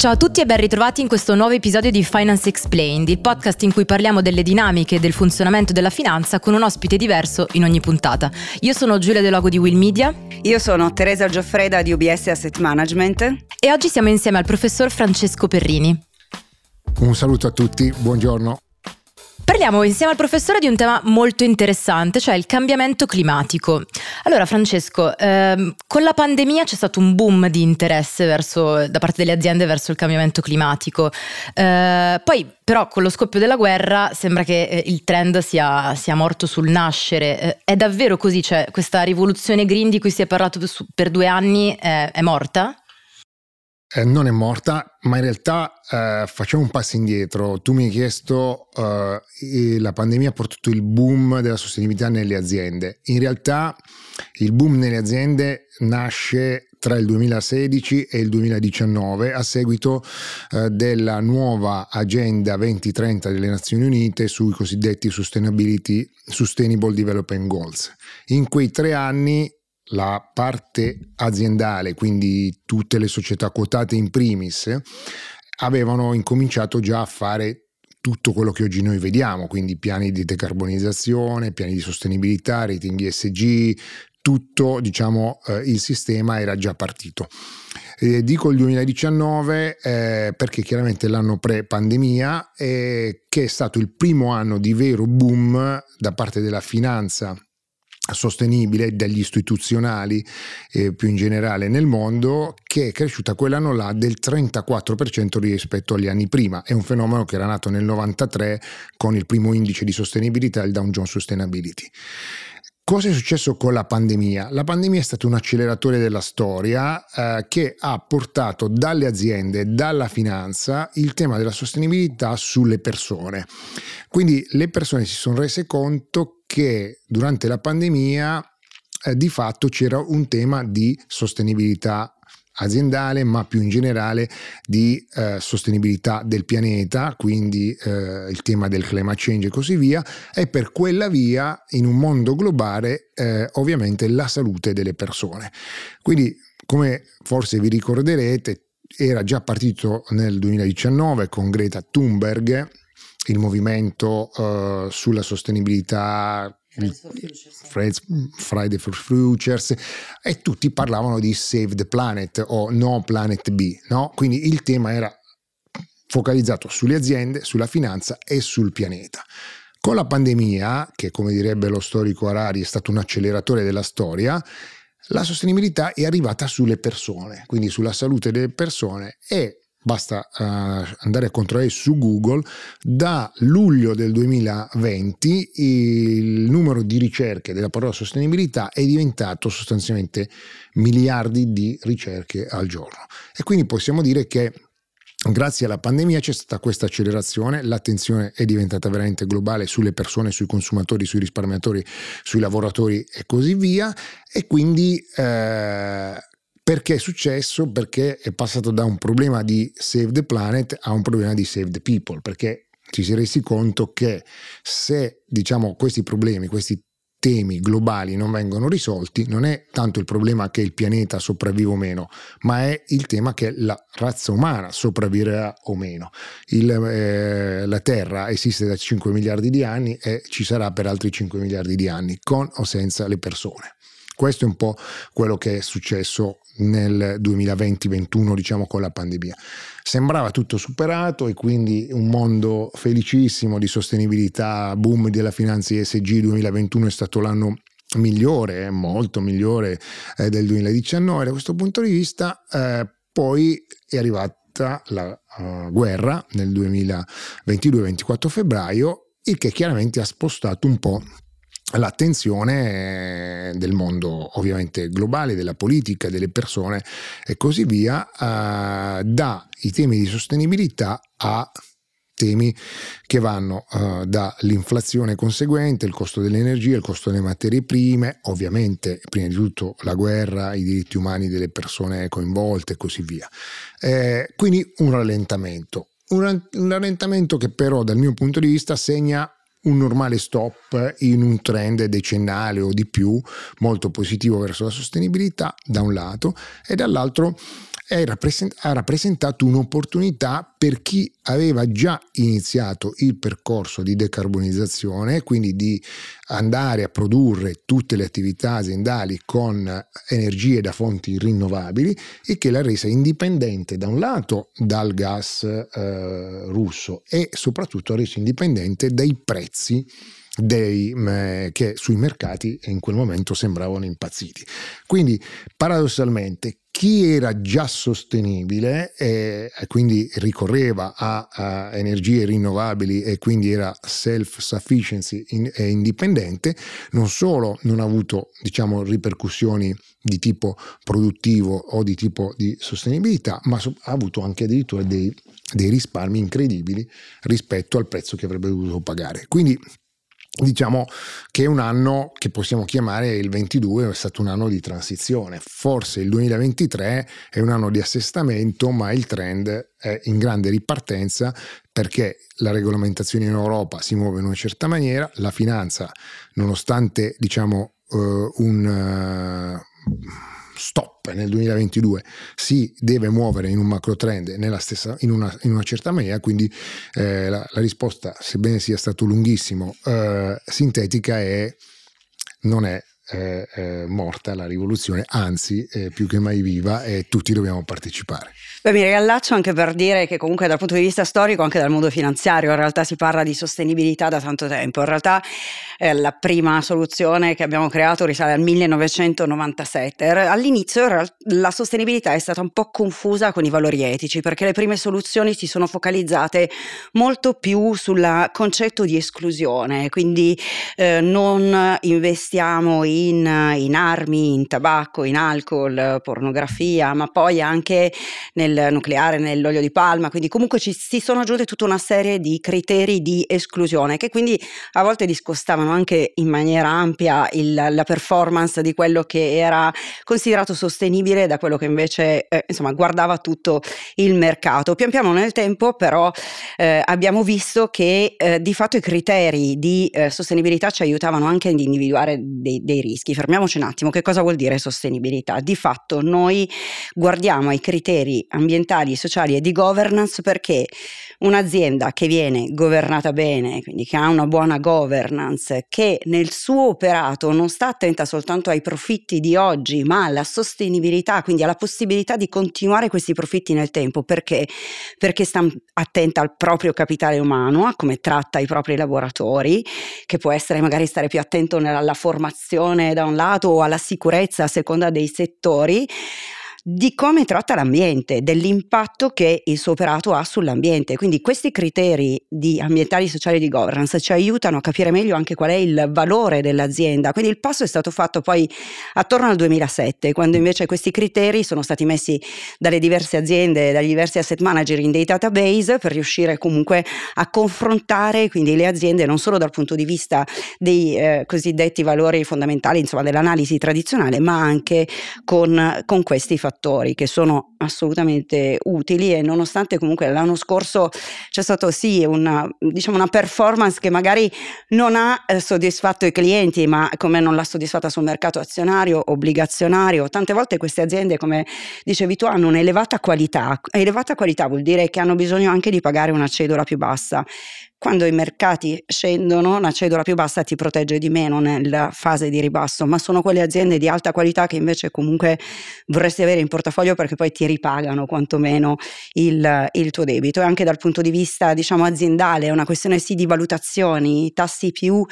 Ciao a tutti e ben ritrovati in questo nuovo episodio di Finance Explained, il podcast in cui parliamo delle dinamiche e del funzionamento della finanza con un ospite diverso in ogni puntata. Io sono Giulia De Logo di Will Media. Io sono Teresa Gioffreda di UBS Asset Management. E oggi siamo insieme al professor Francesco Perrini. Un saluto a tutti, buongiorno. Parliamo insieme al professore di un tema molto interessante, cioè il cambiamento climatico. Allora Francesco, con la pandemia c'è stato un boom di interesse da parte delle aziende verso il cambiamento climatico. Poi però con lo scoppio della guerra sembra che il trend sia morto sul nascere. È davvero così? Cioè questa rivoluzione green di cui si è parlato per 2 anni è morta? Non è morta, ma in realtà facciamo un passo indietro. Tu mi hai chiesto la pandemia ha portato il boom della sostenibilità nelle aziende. In realtà il boom nelle aziende nasce tra il 2016 e il 2019 a seguito della nuova Agenda 2030 delle Nazioni Unite sui cosiddetti Sustainable Development Goals. In quei 3 anni la parte aziendale, quindi tutte le società quotate in primis, avevano incominciato già a fare tutto quello che oggi noi vediamo, quindi piani di decarbonizzazione, piani di sostenibilità, rating ESG, tutto, il sistema era già partito. Dico il 2019 perché chiaramente l'anno pre-pandemia, che è stato il primo anno di vero boom da parte della finanza sostenibile, dagli istituzionali più in generale nel mondo, che è cresciuta quell'anno là del 34% rispetto agli anni prima. È un fenomeno che era nato nel 93 con il primo indice di sostenibilità, il Dow Jones Sustainability. Cosa è successo con la pandemia? La pandemia è stato un acceleratore della storia che ha portato dalle aziende, dalla finanza, il tema della sostenibilità sulle persone. Quindi le persone si sono rese conto che durante la pandemia di fatto c'era un tema di sostenibilità aziendale, ma più in generale di sostenibilità del pianeta, quindi il tema del climate change e così via, e per quella via in un mondo globale ovviamente la salute delle persone. Quindi, come forse vi ricorderete, era già partito nel 2019 con Greta Thunberg il movimento sulla sostenibilità, Friday for Futures, e tutti parlavano di Save the Planet o No Planet B, no? Quindi il tema era focalizzato sulle aziende, sulla finanza e sul pianeta. Con la pandemia, che come direbbe lo storico Harari è stato un acceleratore della storia, la sostenibilità è arrivata sulle persone, quindi sulla salute delle persone, e basta andare a controllare su Google, da luglio del 2020 il numero di ricerche della parola sostenibilità è diventato sostanzialmente miliardi di ricerche al giorno. E quindi possiamo dire che grazie alla pandemia c'è stata questa accelerazione, l'attenzione è diventata veramente globale sulle persone, sui consumatori, sui risparmiatori, sui lavoratori e così via, e quindi perché è successo? Perché è passato da un problema di save the planet a un problema di save the people, perché ci si è resi conto che se questi problemi, questi temi globali non vengono risolti, non è tanto il problema che il pianeta sopravvive o meno, ma è il tema che la razza umana sopravviverà o meno. La Terra esiste da 5 miliardi di anni e ci sarà per altri 5 miliardi di anni, con o senza le persone. Questo è un po' quello che è successo nel 2020-21, con la pandemia. Sembrava tutto superato e quindi un mondo felicissimo di sostenibilità, boom della finanza ESG. 2021 è stato l'anno migliore, molto migliore del 2019. Da questo punto di vista poi è arrivata la guerra nel 22-24 febbraio, il che chiaramente ha spostato un po' l'attenzione del mondo ovviamente globale, della politica, delle persone e così via, dai temi di sostenibilità a temi che vanno dall'inflazione conseguente, il costo dell'energia, il costo delle materie prime, ovviamente prima di tutto la guerra, i diritti umani delle persone coinvolte e così via. Quindi un rallentamento che però dal mio punto di vista segna un normale stop in un trend decennale o di più molto positivo verso la sostenibilità da un lato, e dall'altro ha rappresentato un'opportunità per chi aveva già iniziato il percorso di decarbonizzazione, quindi di andare a produrre tutte le attività aziendali con energie da fonti rinnovabili, e che l'ha resa indipendente da un lato dal gas russo e soprattutto ha reso indipendente dai prezzi che sui mercati in quel momento sembravano impazziti. Quindi paradossalmente chi era già sostenibile e quindi ricorreva a energie rinnovabili e quindi era self-sufficiency e indipendente, non solo non ha avuto, diciamo, ripercussioni di tipo produttivo o di tipo di sostenibilità, ma ha avuto anche addirittura dei risparmi incredibili rispetto al prezzo che avrebbe dovuto pagare. Quindi diciamo che è un anno che possiamo chiamare il 22, è stato un anno di transizione. Forse il 2023 è un anno di assestamento, ma il trend è in grande ripartenza, perché la regolamentazione in Europa si muove in una certa maniera, la finanza, nonostante diciamo un stop nel 2022, si deve muovere in un macro trend in una certa maniera. Quindi la risposta, sebbene sia stato lunghissimo, sintetica, non è morta la rivoluzione, anzi più che mai viva, e tutti dobbiamo partecipare. Beh, mi riallaccio anche per dire che comunque dal punto di vista storico, anche dal mondo finanziario, in realtà si parla di sostenibilità da tanto tempo. In realtà la prima soluzione che abbiamo creato risale al 1997. All'inizio la sostenibilità è stata un po' confusa con i valori etici, perché le prime soluzioni si sono focalizzate molto più sul concetto di esclusione, quindi non investiamo in armi, in tabacco, in alcol, pornografia, ma poi anche nel nucleare, nell'olio di palma. Quindi comunque si sono aggiunte tutta una serie di criteri di esclusione, che quindi a volte discostavano anche in maniera ampia la performance di quello che era considerato sostenibile da quello che invece guardava tutto il mercato. Pian piano nel tempo però abbiamo visto che di fatto i criteri di sostenibilità ci aiutavano anche ad individuare dei rischi. Fermiamoci un attimo, che cosa vuol dire sostenibilità? Di fatto noi guardiamo ai criteri ambientali, sociali e di governance, perché un'azienda che viene governata bene, quindi che ha una buona governance, che nel suo operato non sta attenta soltanto ai profitti di oggi, ma alla sostenibilità, quindi alla possibilità di continuare questi profitti nel tempo. Perché sta attenta al proprio capitale umano, a come tratta i propri lavoratori, che può essere magari stare più attento alla formazione da un lato o alla sicurezza a seconda dei settori, di come tratta l'ambiente, dell'impatto che il suo operato ha sull'ambiente. Quindi questi criteri di ambientali, sociali e di governance ci aiutano a capire meglio anche qual è il valore dell'azienda. Quindi il passo è stato fatto poi attorno al 2007, quando invece questi criteri sono stati messi dalle diverse aziende, dagli diversi asset manager in dei database, per riuscire comunque a confrontare quindi le aziende non solo dal punto di vista dei cosiddetti valori fondamentali, insomma dell'analisi tradizionale, ma anche con questi fattori che sono assolutamente utili. E nonostante comunque l'anno scorso c'è stato sì una performance che magari non ha soddisfatto i clienti, ma come non l'ha soddisfatta sul mercato azionario, obbligazionario, tante volte queste aziende, come dicevi tu, hanno un'elevata qualità. Elevata qualità vuol dire che hanno bisogno anche di pagare una cedola più bassa. Quando i mercati scendono, una cedola più bassa ti protegge di meno nella fase di ribasso, ma sono quelle aziende di alta qualità che invece comunque vorresti avere in portafoglio, perché poi ti ripagano quantomeno il tuo debito. E anche dal punto di vista aziendale è una questione sì di valutazioni. I tassi più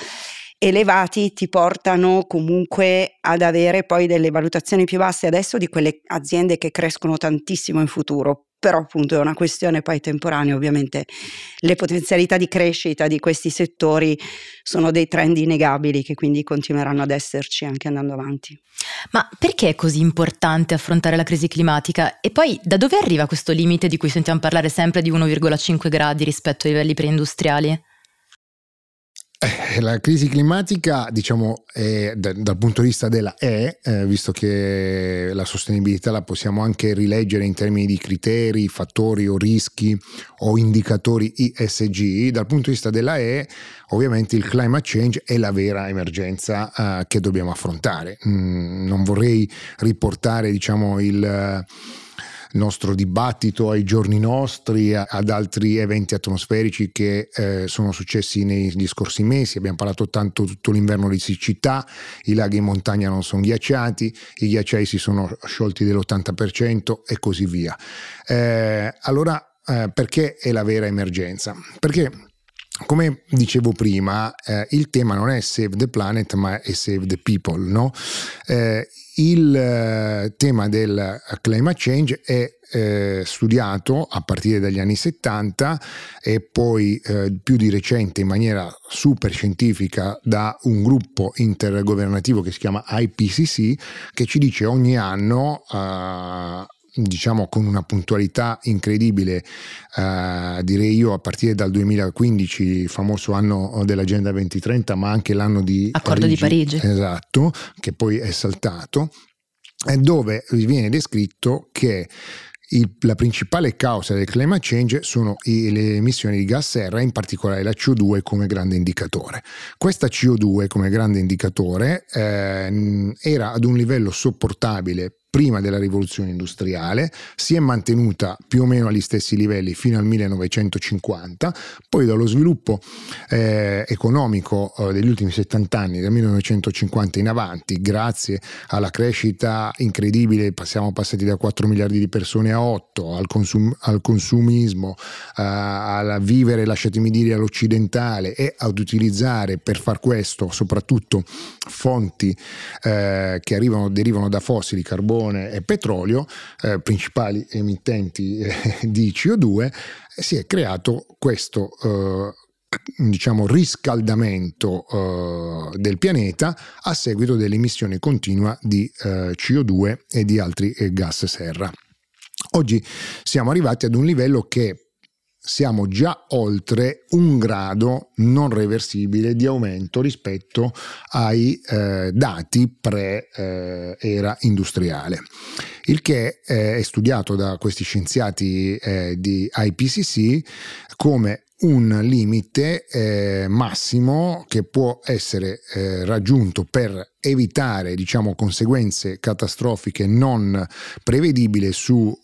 elevati ti portano comunque ad avere poi delle valutazioni più basse adesso di quelle aziende che crescono tantissimo in futuro. Però appunto è una questione poi temporanea. Ovviamente le potenzialità di crescita di questi settori sono dei trend innegabili, che quindi continueranno ad esserci anche andando avanti. Ma perché è così importante affrontare la crisi climatica? E poi da dove arriva questo limite di cui sentiamo parlare sempre di 1,5 gradi rispetto ai livelli preindustriali? La crisi climatica, è, dal punto di vista della visto che la sostenibilità la possiamo anche rileggere in termini di criteri, fattori o rischi o indicatori ESG, dal punto di vista della ovviamente il climate change è la vera emergenza che dobbiamo affrontare. Non vorrei riportare nostro dibattito ai giorni nostri, ad altri eventi atmosferici che sono successi negli scorsi mesi. Abbiamo parlato tanto tutto l'inverno di siccità, i laghi in montagna non sono ghiacciati, i ghiacciai si sono sciolti dell'80% e così via. Allora, perché è la vera emergenza? Perché, come dicevo prima, il tema non è save the planet ma è save the people, no? Il tema del climate change è studiato a partire dagli anni 70 e poi più di recente in maniera super scientifica da un gruppo intergovernativo che si chiama IPCC, che ci dice ogni anno, diciamo con una puntualità incredibile, direi io a partire dal 2015, il famoso anno dell'Agenda 2030, ma anche l'anno di Accordo di Parigi. Esatto, che poi è saltato, dove viene descritto che la principale causa del climate change sono le emissioni di gas serra, in particolare la CO2 come grande indicatore. Questa CO2 come grande indicatore era ad un livello sopportabile prima della rivoluzione industriale, si è mantenuta più o meno agli stessi livelli fino al 1950, poi dallo sviluppo economico degli ultimi 70 anni, dal 1950 in avanti, grazie alla crescita incredibile, siamo passati da 4 miliardi di persone a 8, al consumismo, a vivere, lasciatemi dire, all'occidentale, e ad utilizzare per far questo soprattutto fonti che derivano da fossili, carbone e petrolio, principali emittenti di CO2, si è creato questo diciamo riscaldamento del pianeta a seguito dell'emissione continua di CO2 e di altri gas serra. Oggi siamo arrivati ad un livello che siamo già oltre 1 grado non reversibile di aumento rispetto ai dati pre-era industriale, il che è studiato da questi scienziati di IPCC come un limite massimo che può essere raggiunto per evitare, diciamo, conseguenze catastrofiche non prevedibili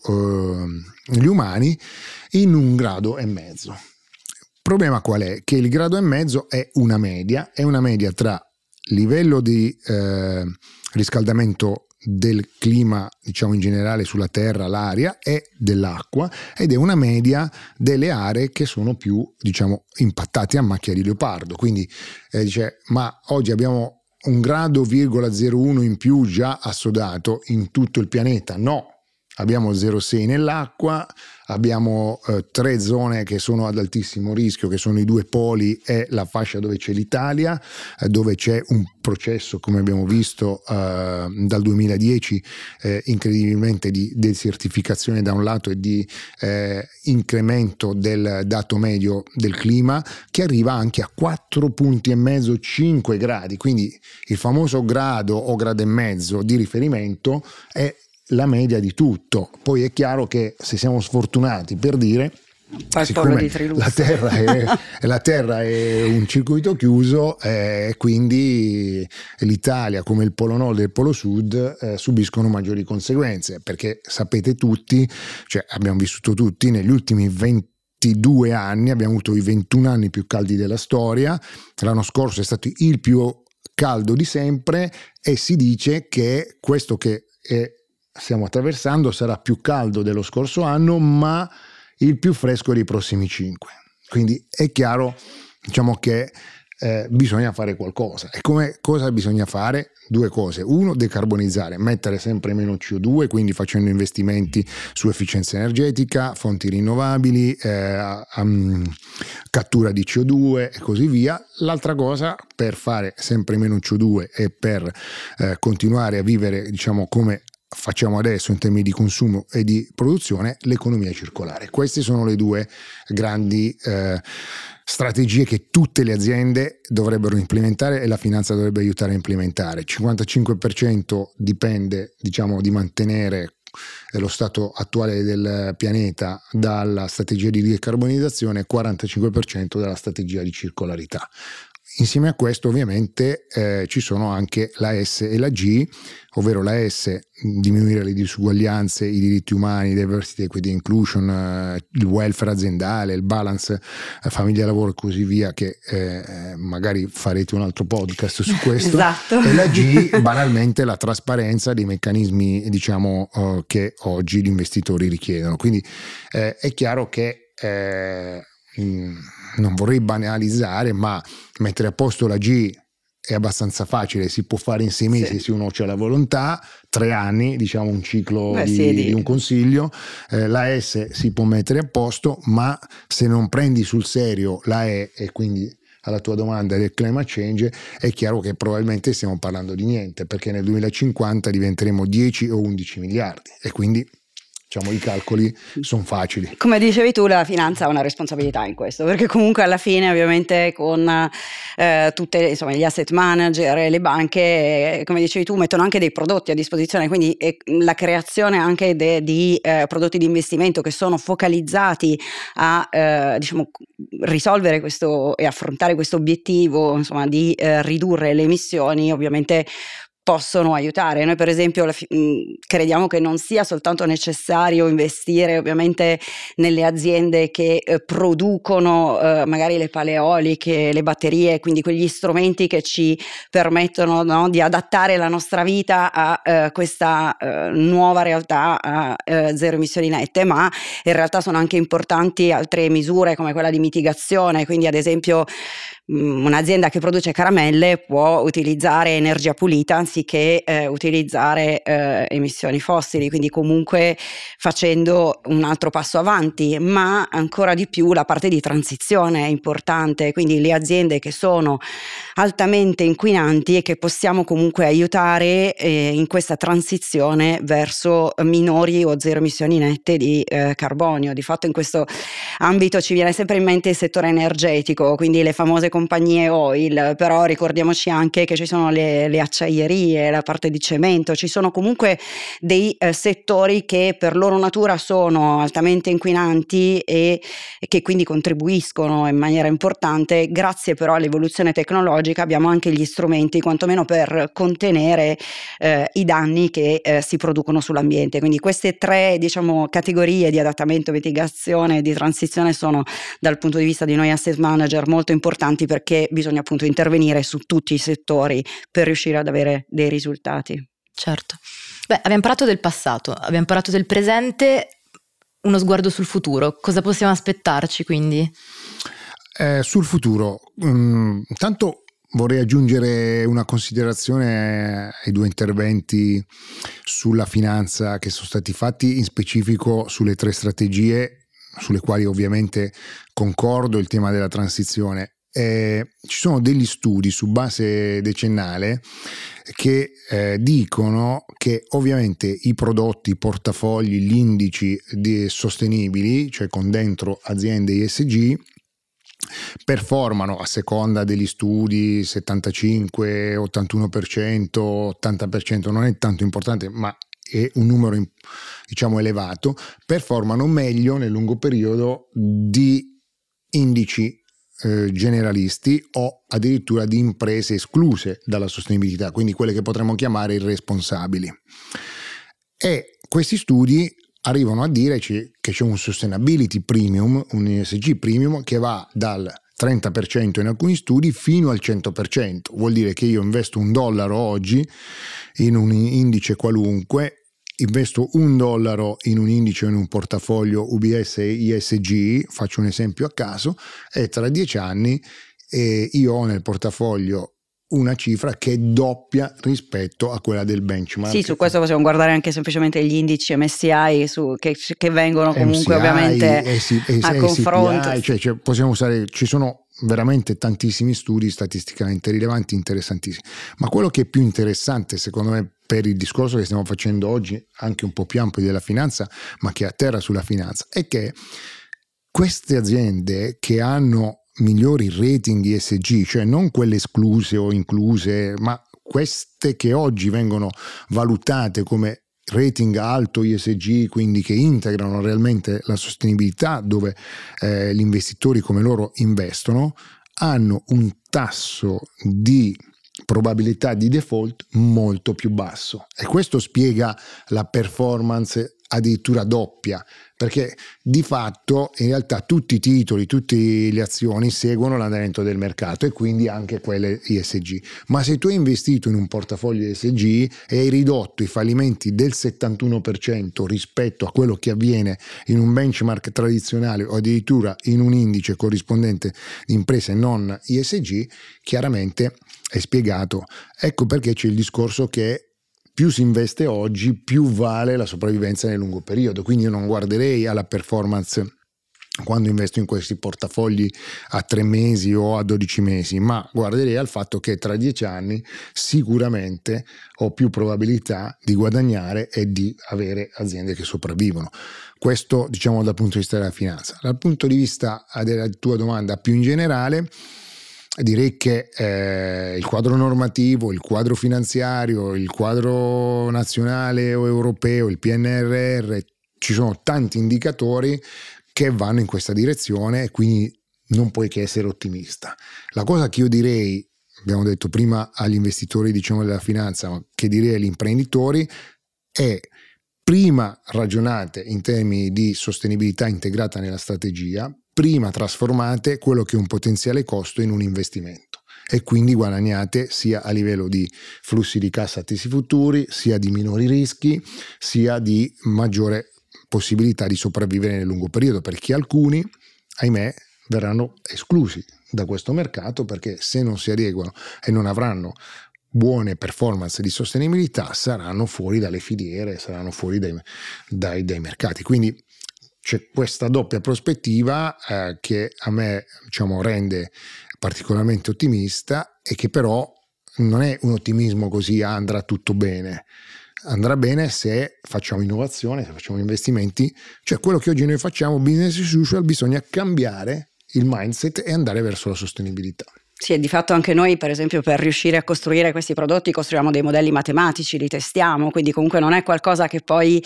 sugli umani in 1,5 gradi. Il problema qual è? Che il 1,5 gradi è una media tra livello di riscaldamento del clima, diciamo in generale sulla terra, l'aria e dell'acqua, ed è una media delle aree che sono più, diciamo, impattate a macchia di leopardo. Quindi dice, ma oggi abbiamo 1,01 gradi in più già assodato in tutto il pianeta? No, abbiamo 0,6 nell'acqua, abbiamo 3 zone che sono ad altissimo rischio, che sono i 2 poli e la fascia dove c'è l'Italia, dove c'è un processo, come abbiamo visto dal 2010, incredibilmente di desertificazione da un lato e di incremento del dato medio del clima, che arriva anche a 4,5 punti, 5 gradi. Quindi il famoso grado o grado e mezzo di riferimento è la media di tutto. Poi è chiaro che se siamo sfortunati, per dire, siccome la terra è un circuito chiuso, quindi l'Italia, come il Polo Nord e il Polo Sud, subiscono maggiori conseguenze, perché sapete tutti, cioè abbiamo vissuto tutti negli ultimi 22 anni, abbiamo avuto i 21 anni più caldi della storia, l'anno scorso è stato il più caldo di sempre, e si dice che questo che stiamo attraversando sarà più caldo dello scorso anno, ma il più fresco dei prossimi 5. Quindi è chiaro, diciamo, che bisogna fare qualcosa. E cosa bisogna fare? 2 cose. 1, decarbonizzare, mettere sempre meno CO2, quindi facendo investimenti su efficienza energetica, fonti rinnovabili, cattura di CO2 e così via. L'altra cosa, per fare sempre meno CO2 e per continuare a vivere, diciamo, come facciamo adesso in termini di consumo e di produzione, l'economia circolare. Queste sono le 2 grandi strategie che tutte le aziende dovrebbero implementare e la finanza dovrebbe aiutare a implementare. Il 55% dipende, diciamo, di mantenere lo stato attuale del pianeta dalla strategia di decarbonizzazione, 45% dalla strategia di circolarità. Insieme a questo ovviamente ci sono anche la S e la G, ovvero la S, diminuire le disuguaglianze, i diritti umani, diversity, equity, inclusion, il welfare aziendale, il balance famiglia, lavoro e così via, che magari farete un altro podcast su questo. Esatto. E la G, banalmente, la trasparenza dei meccanismi, diciamo, che oggi gli investitori richiedono. Quindi è chiaro che non vorrei banalizzare, ma mettere a posto la G è abbastanza facile, si può fare in 6 mesi se uno c'ha la volontà, 3 anni, diciamo un ciclo di un consiglio. La S si può mettere a posto, ma se non prendi sul serio la E, e quindi alla tua domanda del climate change, è chiaro che probabilmente stiamo parlando di niente, perché nel 2050 diventeremo 10 o 11 miliardi e quindi, diciamo, i calcoli sono facili. Come dicevi tu, la finanza ha una responsabilità in questo, perché comunque alla fine ovviamente con tutte, insomma, gli asset manager e le banche, come dicevi tu, mettono anche dei prodotti a disposizione, quindi la creazione anche di prodotti di investimento che sono focalizzati a diciamo risolvere questo e affrontare questo obiettivo, insomma, di ridurre le emissioni, ovviamente possono aiutare. Noi per esempio crediamo che non sia soltanto necessario investire ovviamente nelle aziende che producono magari le pale eoliche, le batterie, quindi quegli strumenti che ci permettono, no, di adattare la nostra vita a questa nuova realtà a zero emissioni nette, ma in realtà sono anche importanti altre misure come quella di mitigazione, quindi ad esempio un'azienda che produce caramelle può utilizzare energia pulita anziché utilizzare emissioni fossili, quindi comunque facendo un altro passo avanti, ma ancora di più la parte di transizione è importante, quindi le aziende che sono altamente inquinanti e che possiamo comunque aiutare in questa transizione verso minori o zero emissioni nette di carbonio. Di fatto in questo ambito ci viene sempre in mente il settore energetico, quindi le famose compagnie oil, però ricordiamoci anche che ci sono le acciaierie, la parte di cemento, ci sono comunque dei settori che per loro natura sono altamente inquinanti e che quindi contribuiscono in maniera importante. Grazie però all'evoluzione tecnologica abbiamo anche gli strumenti quantomeno per contenere i danni che si producono sull'ambiente, quindi queste 3, diciamo, categorie di adattamento, mitigazione e di transizione sono dal punto di vista di noi asset manager molto importanti, perché bisogna appunto intervenire su tutti i settori per riuscire ad avere dei risultati. Certo. Beh, abbiamo parlato del passato, abbiamo parlato del presente, uno sguardo sul futuro. Cosa possiamo aspettarci quindi? Sul futuro, intanto vorrei aggiungere una considerazione ai 2 interventi sulla finanza che sono stati fatti, in specifico sulle 3 strategie sulle quali ovviamente concordo, il tema della transizione. Ci sono degli studi su base decennale che dicono che ovviamente i prodotti, i portafogli, gli indici sostenibili, cioè con dentro aziende ESG, performano a seconda degli studi 75, 81%, 80%, non è tanto importante, ma è un numero diciamo elevato, performano meglio nel lungo periodo di indici generalisti o addirittura di imprese escluse dalla sostenibilità, quindi quelle che potremmo chiamare irresponsabili. E questi studi arrivano a dirci che c'è un sustainability premium, un ESG premium che va dal 30% in alcuni studi fino al 100%. Vuol dire che io investo $1 oggi in un indice qualunque, investo $1 in un indice o in un portafoglio UBS ESG, faccio un esempio a caso, e tra 10 anni io ho nel portafoglio una cifra che è doppia rispetto a quella del benchmark. Sì, su questo possiamo guardare anche semplicemente gli indici MSCI che vengono comunque MSCI, ovviamente a confronto. Cioè possiamo usare, ci sono veramente tantissimi studi statisticamente rilevanti, interessantissimi. Ma quello che è più interessante secondo me per il discorso che stiamo facendo oggi, anche un po' più ampio della finanza, ma che atterra sulla finanza, è che queste aziende che hanno migliori rating ESG, cioè non quelle escluse o incluse, ma queste che oggi vengono valutate come rating alto ESG, quindi che integrano realmente la sostenibilità dove gli investitori come loro investono, hanno un tasso di probabilità di default molto più basso, e questo spiega la performance addirittura doppia, perché di fatto in realtà tutti i titoli, tutte le azioni seguono l'andamento del mercato e quindi anche quelle ESG, ma se tu hai investito in un portafoglio ESG e hai ridotto i fallimenti del 71% rispetto a quello che avviene in un benchmark tradizionale o addirittura in un indice corrispondente di imprese non ESG, chiaramente è spiegato. Ecco perché c'è il discorso che più si investe oggi, più vale la sopravvivenza nel lungo periodo. Quindi io non guarderei alla performance quando investo in questi portafogli a 3 mesi o a 12 mesi, ma guarderei al fatto che tra 10 anni sicuramente ho più probabilità di guadagnare e di avere aziende che sopravvivono. Questo, diciamo, dal punto di vista della finanza. Dal punto di vista della tua domanda più in generale, direi che il quadro normativo, il quadro finanziario, il quadro nazionale o europeo, il PNRR, ci sono tanti indicatori che vanno in questa direzione e quindi non puoi che essere ottimista. La cosa che io direi, abbiamo detto prima agli investitori, diciamo, della finanza, ma che direi agli imprenditori, è: prima ragionate in termini di sostenibilità integrata nella strategia, prima trasformate quello che è un potenziale costo in un investimento e quindi guadagnate sia a livello di flussi di cassa attesi futuri, sia di minori rischi, sia di maggiore possibilità di sopravvivere nel lungo periodo, perché alcuni, ahimè, verranno esclusi da questo mercato perché se non si adeguano e non avranno buone performance di sostenibilità saranno fuori dalle filiere, saranno fuori dai mercati. Quindi c'è questa doppia prospettiva che a me, diciamo, rende particolarmente ottimista, e che però non è un ottimismo così andrà tutto bene. Andrà bene se facciamo innovazione, se facciamo investimenti, cioè quello che oggi noi facciamo, business as usual, bisogna cambiare il mindset e andare verso la sostenibilità. Sì, e di fatto anche noi, per esempio, per riuscire a costruire questi prodotti costruiamo dei modelli matematici, li testiamo, quindi comunque non è qualcosa che poi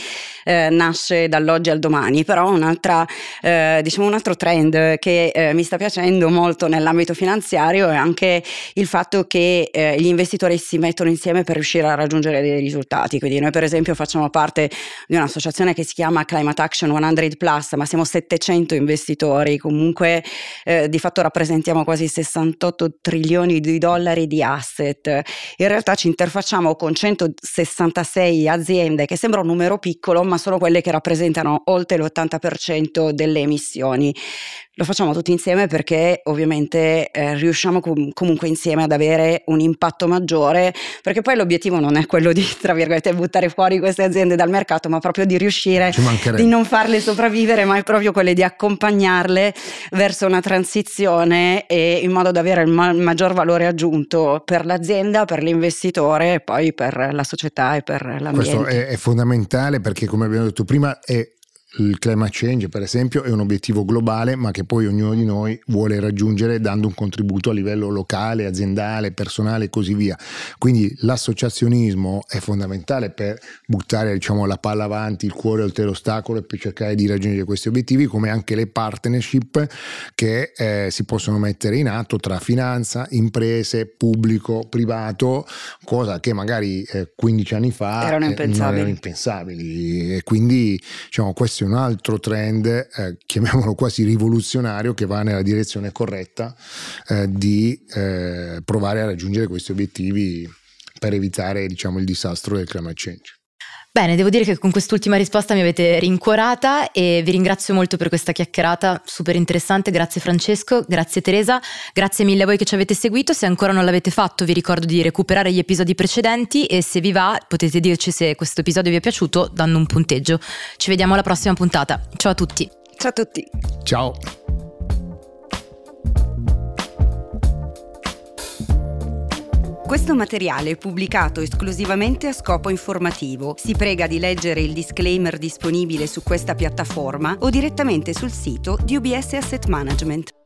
nasce dall'oggi al domani. Però un'altra, diciamo, un altro trend che mi sta piacendo molto nell'ambito finanziario è anche il fatto che gli investitori si mettono insieme per riuscire a raggiungere dei risultati. Quindi noi, per esempio, facciamo parte di un'associazione che si chiama Climate Action 100 Plus, ma siamo 700 investitori, comunque di fatto rappresentiamo quasi 68 trilioni di dollari di asset. In realtà ci interfacciamo con 166 aziende, che sembra un numero piccolo, ma sono quelle che rappresentano oltre l'80% delle emissioni. Lo facciamo tutti insieme perché ovviamente riusciamo comunque insieme ad avere un impatto maggiore, perché poi l'obiettivo non è quello di, tra virgolette, buttare fuori queste aziende dal mercato, ma proprio di riuscire, di non farle sopravvivere, ma è proprio quelle di accompagnarle verso una transizione, e in modo da avere il maggior valore aggiunto per l'azienda, per l'investitore e poi per la società e per l'ambiente. Questo è fondamentale, perché come abbiamo detto prima il climate change, per esempio, è un obiettivo globale, ma che poi ognuno di noi vuole raggiungere dando un contributo a livello locale, aziendale, personale e così via. Quindi l'associazionismo è fondamentale per buttare, diciamo, la palla avanti, il cuore oltre l'ostacolo, e per cercare di raggiungere questi obiettivi, come anche le partnership che si possono mettere in atto tra finanza, imprese, pubblico, privato, cosa che magari 15 anni fa erano impensabili. E quindi, diciamo, questo è un altro trend, chiamiamolo quasi rivoluzionario, che va nella direzione corretta di provare a raggiungere questi obiettivi per evitare, diciamo, il disastro del climate change. Bene, devo dire che con quest'ultima risposta mi avete rincuorata e vi ringrazio molto per questa chiacchierata super interessante. Grazie Francesco, grazie Teresa, grazie mille a voi che ci avete seguito. Se ancora non l'avete fatto, vi ricordo di recuperare gli episodi precedenti, e se vi va potete dirci se questo episodio vi è piaciuto dando un punteggio. Ci vediamo alla prossima puntata. Ciao a tutti. Ciao a tutti. Ciao. Questo materiale è pubblicato esclusivamente a scopo informativo. Si prega di leggere il disclaimer disponibile su questa piattaforma o direttamente sul sito di UBS Asset Management.